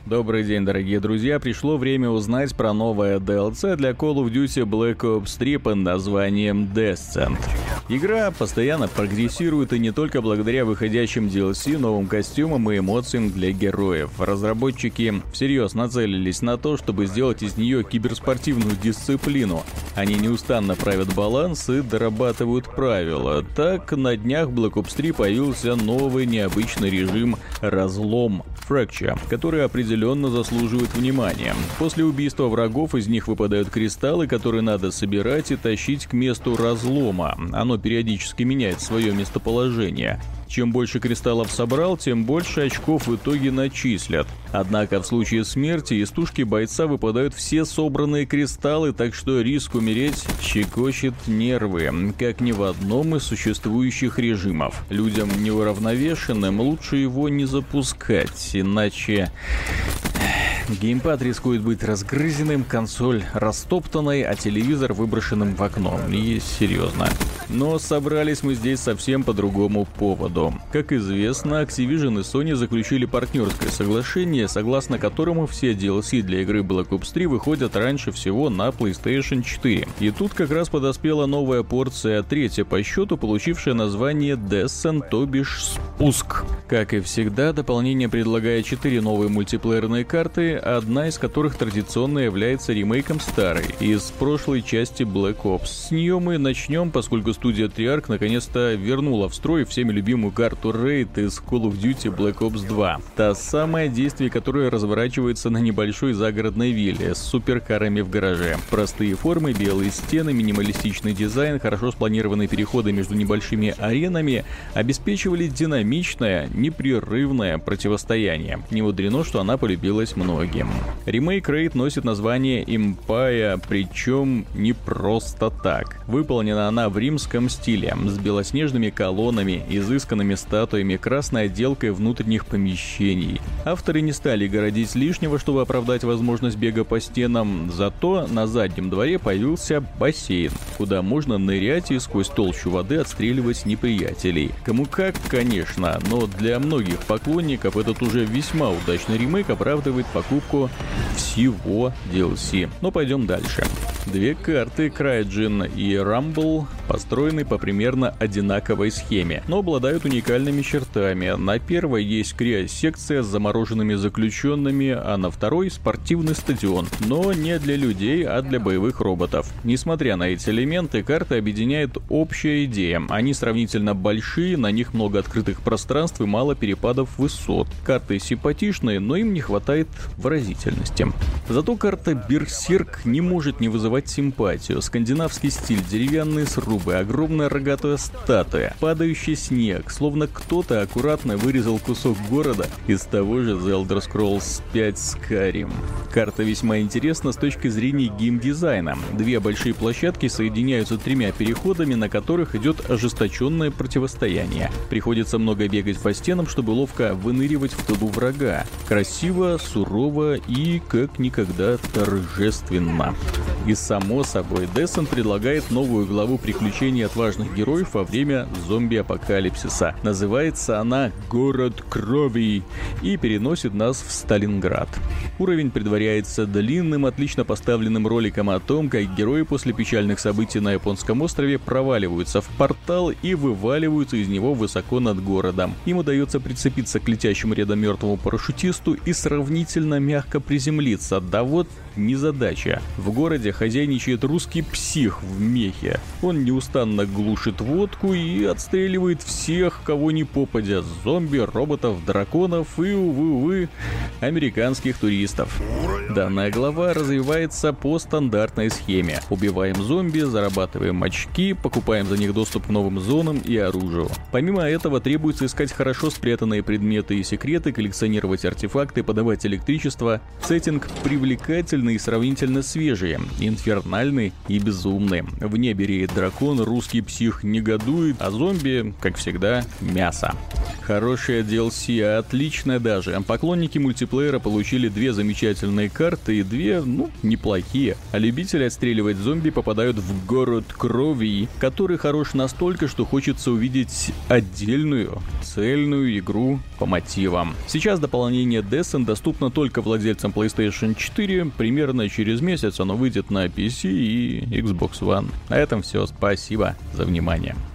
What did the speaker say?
Добрый день, дорогие друзья. Пришло время узнать про новое DLC для Call of Duty Black Ops 3 под названием Descent. Игра постоянно прогрессирует, и не только благодаря выходящим DLC, новым костюмам и эмоциям для героев. Разработчики всерьез нацелились на то, чтобы сделать из нее киберспортивную дисциплину. Они неустанно правят баланс и дорабатывают правила. Так, на днях в Black Ops 3 появился новый необычный режим «Разлом» Fracture, который определенно заслуживает внимания. После убийства врагов из них выпадают кристаллы, которые надо собирать и тащить к месту разлома. Оно периодически меняет свое местоположение. Чем больше кристаллов собрал, тем больше очков в итоге начислят. Однако в случае смерти из тушки бойца выпадают все собранные кристаллы, так что риск умереть щекочет нервы, как ни в одном из существующих режимов. Людям неуравновешенным лучше его не запускать, иначе геймпад рискует быть разгрызенным, консоль растоптанной, а телевизор выброшенным в окно. И серьезно. Но собрались мы здесь совсем по другому поводу. Как известно, Activision и Sony заключили партнерское соглашение, согласно которому все DLC для игры Black Ops 3 выходят раньше всего на PlayStation 4. И тут как раз подоспела новая порция, третья по счету, получившая название Descent, то бишь спуск. Как и всегда, дополнение предлагает 4 новые мультиплеерные карты, одна из которых традиционно является ремейком старой, из прошлой части Black Ops. С нее мы начнем, поскольку студия Treyarch наконец-то вернула в строй всеми любимую карту Raid из Call of Duty Black Ops 2. Та самая, действие которое разворачивается на небольшой загородной вилле с суперкарами в гараже. Простые формы, белые стены, минималистичный дизайн, хорошо спланированные переходы между небольшими аренами обеспечивали динамичное, непрерывное противостояние. Не мудрено, что она полюбилась многим. Ремейк Raid носит название Empire, причем не просто так. Выполнена она в римском стиле, с белоснежными колоннами, изысканными статуями, красной отделкой внутренних помещений. Авторы не стали городить лишнего, чтобы оправдать возможность бега по стенам, зато на заднем дворе появился бассейн, куда можно нырять и сквозь толщу воды отстреливать неприятелей. Кому как, конечно, но для многих поклонников этот уже весьма удачный ремейк оправдывает покупку всего DLC. Но пойдем дальше. Две карты, Cryogene и Rumble, построены по примерно одинаковой схеме, но обладают уникальными чертами. На первой есть криосекция с замороженными заключенными, а на второй — спортивный стадион. Но не для людей, а для боевых роботов. Несмотря на эти элементы, карты объединяет общая идея. Они сравнительно большие, на них много открытых пространств и мало перепадов высот. Карты симпатичные, но им не хватает выразительности. Зато карта Берсерк не может не вызывать симпатию. Скандинавский стиль, деревянные срубы, огромная рогатая статуя, падающий снег, словно кто-то аккуратно вырезал кусок города из того же The Elder Scrolls 5 Skyrim. Карта весьма интересна с точки зрения геймдизайна. Две большие площадки соединяются тремя переходами, на которых идет ожесточенное противостояние. Приходится много бегать по стенам, чтобы ловко выныривать в тылу врага. Красиво, сурово и как никогда торжественно. И само собой, Descent предлагает новую главу приключений отважных героев во время зомби-апокалипсиса. Называется она «Город крови» и переносит нас в Сталинград. Уровень предваряется длинным, отлично поставленным роликом о том, как герои после печальных событий на японском острове проваливаются в портал и вываливаются из него высоко над городом. Им удается прицепиться к летящему рядом мертвому парашютисту и сравнительно мягко приземлиться. Да вот незадача. В городе хозяйничает русский псих в мехе. Он неустанно глушит водку и отстреливает всех, кого ни попадя: зомби, роботов, драконов и, увы, американских туристов. Данная глава развивается по стандартной схеме. Убиваем зомби, зарабатываем очки, покупаем за них доступ к новым зонам и оружию. Помимо этого требуется искать хорошо спрятанные предметы и секреты, коллекционировать артефакты, подавать электричество. Сеттинг привлекательный и сравнительно свежий. инфернальный и безумный. В небе реет дракон, русский псих негодует, а зомби, как всегда, мясо. Хорошая DLC, отличная даже. Поклонники мультиплеера получили 2 замечательные карты и 2, неплохие. А любители отстреливать зомби попадают в город крови, который хорош настолько, что хочется увидеть отдельную, цельную игру по мотивам. Сейчас дополнение Descent доступно только владельцам PlayStation 4. Примерно через месяц оно выйдет на PC и Xbox One. На этом все. Спасибо за внимание.